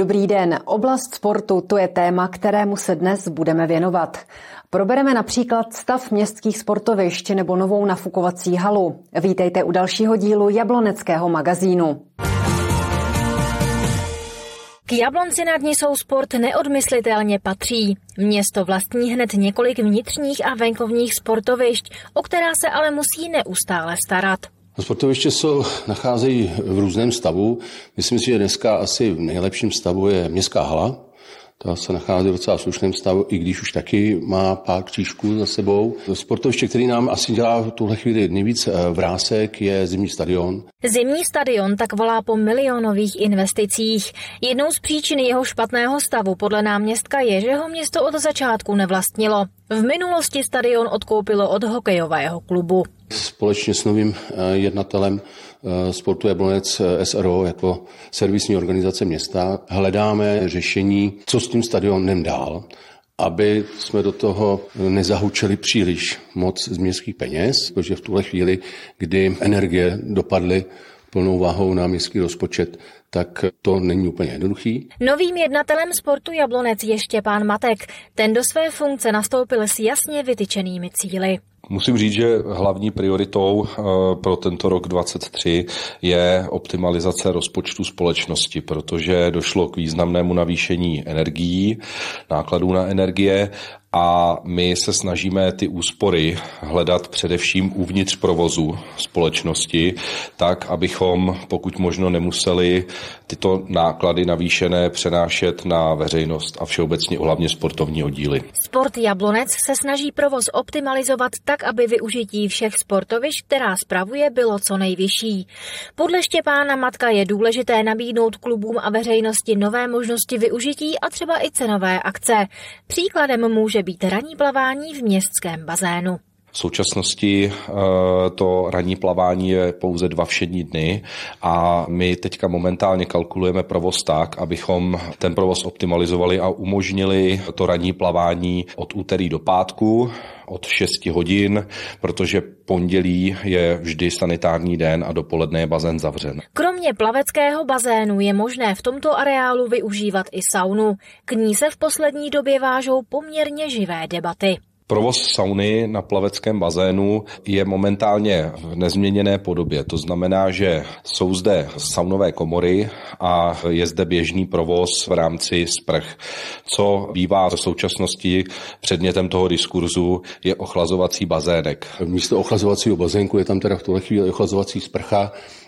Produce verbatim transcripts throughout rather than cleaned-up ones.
Dobrý den. Oblast sportu, to je téma, kterému se dnes budeme věnovat. Probereme například stav městských sportovišť nebo novou nafukovací halu. Vítejte u dalšího dílu Jabloneckého magazínu. K Jablonci nad Nisou sport neodmyslitelně patří. Město vlastní hned několik vnitřních a venkovních sportovišť, o která se ale musí neustále starat. Sportoviště se nacházejí v různém stavu. Myslím si, že dneska asi v nejlepším stavu je městská hala. Ta se nachází v docela slušném stavu, i když už taky má pár křížků za sebou. Sportoviště, který nám asi dělá v tuhle chvíli nejvíc vrásek, je zimní stadion. Zimní stadion tak volá po milionových investicích. Jednou z příčin jeho špatného stavu podle náměstka je, že ho město od začátku nevlastnilo. V minulosti stadion odkoupilo od hokejového klubu. Společně s novým jednatelem Sportu Jablonec S R O jako servisní organizace města hledáme řešení, co s tím stadionem dál, aby jsme do toho nezahučeli příliš moc z městských peněz, protože v tuhle chvíli, kdy energie dopadly plnou váhou na městský rozpočet, tak to není úplně jednoduchý. Novým jednatelem Sportu Jablonec je Štěpán Matek. Ten do své funkce nastoupil s jasně vytyčenými cíli. Musím říct, že hlavní prioritou pro tento rok dvacet tři je optimalizace rozpočtu společnosti, protože došlo k významnému navýšení energií, nákladů na energie a my se snažíme ty úspory hledat především uvnitř provozu společnosti, tak, abychom pokud možno nemuseli tyto náklady navýšené přenášet na veřejnost a všeobecně hlavně sportovní oddíly. Sport Jablonec se snaží provoz optimalizovat tak, aby využití všech sportovišť, která spravuje, bylo co nejvyšší. Podle Štěpána Matka je důležité nabídnout klubům a veřejnosti nové možnosti využití a třeba i cenové akce. Příkladem může být ranní plavání v městském bazénu. V současnosti to ranní plavání je pouze dva všední dny a my teďka momentálně kalkulujeme provoz tak, abychom ten provoz optimalizovali a umožnili to ranní plavání od úterý do pátku od šesti hodin, protože pondělí je vždy sanitární den a dopoledne je bazén zavřen. Kromě plaveckého bazénu je možné v tomto areálu využívat i saunu. K ní se v poslední době vážou poměrně živé debaty. Provoz sauny na plaveckém bazénu je momentálně v nezměněné podobě. To znamená, že jsou zde saunové komory a je zde běžný provoz v rámci sprch. Co bývá v současnosti předmětem toho diskurzu je ochlazovací bazének. Místo ochlazovacího bazénku je tam teda v tuhle chvíli ochlazovací sprcha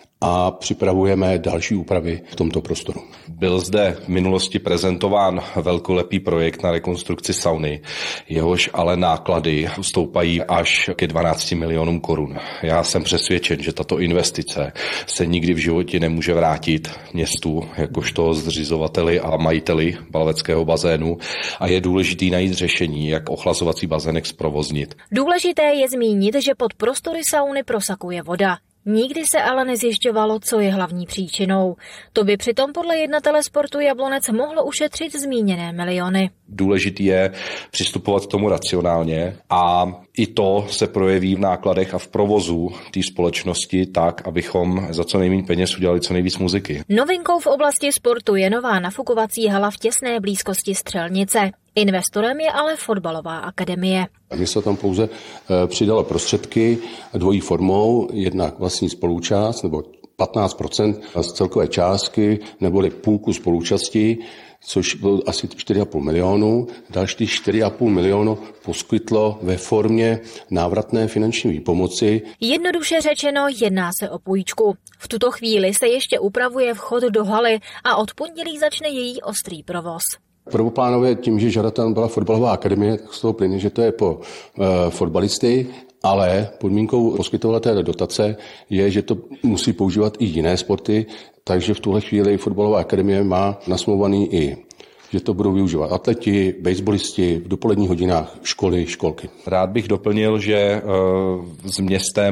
a připravujeme další úpravy v tomto prostoru. Byl zde v minulosti prezentován velkolepý projekt na rekonstrukci sauny, jehož ale náklady stoupají až ke dvanácti milionům korun. Já jsem přesvědčen, že tato investice se nikdy v životě nemůže vrátit městu, jakožto zřizovateli a majiteli plaveckého bazénu a je důležitý najít řešení, jak ochlazovací bazének zprovoznit. Důležité je zmínit, že pod prostory sauny prosakuje voda. Nikdy se ale nezjišťovalo, co je hlavní příčinou. To by přitom podle jednatele Sportu Jablonec mohlo ušetřit zmíněné miliony. Důležitý je přistupovat k tomu racionálně a i to se projeví v nákladech a v provozu té společnosti tak, abychom za co nejméně peněz udělali co nejvíc muziky. Novinkou v oblasti sportu je nová nafukovací hala v těsné blízkosti Střelnice. Investorem je ale fotbalová akademie. Město tam pouze přidalo prostředky dvojí formou, jednak vlastní spoluúčast nebo patnáct procent z celkové částky neboli půlku spoluúčasti, což bylo asi čtyři a půl milionu. Další čtyři a půl milionu poskytlo ve formě návratné finanční výpomoci. Jednoduše řečeno, jedná se o půjčku. V tuto chvíli se ještě upravuje vchod do haly a od pondělí začne její ostrý provoz. Prvoplánově tím, že žadatelem byla fotbalová akademie, tak z toho plyne, že to je po e, fotbalisty, ale podmínkou poskytovatele dotace je, že to musí používat i jiné sporty, takže v tuhle chvíli fotbalová akademie má nasmlouvaný i, že to budou využívat atleti, basebalisti, v dopoledních hodinách školy, školky. Rád bych doplnil, že s městem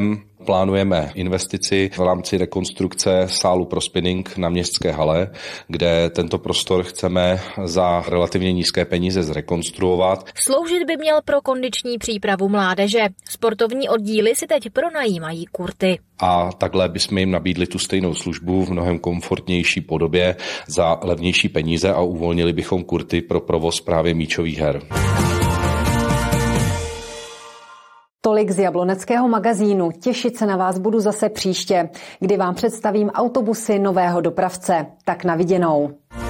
Plánujeme investici v rámci rekonstrukce sálu pro spinning na Městské hale, kde tento prostor chceme za relativně nízké peníze zrekonstruovat. Sloužit by měl pro kondiční přípravu mládeže. Sportovní oddíly si teď pronajímají kurty. A takhle bychom jim nabídli tu stejnou službu v mnohem komfortnější podobě za levnější peníze a uvolnili bychom kurty pro provoz právě míčových her. Tolik z Jabloneckého magazínu. Těšit se na vás budu zase příště, kdy vám představím autobusy nového dopravce. Tak na viděnou.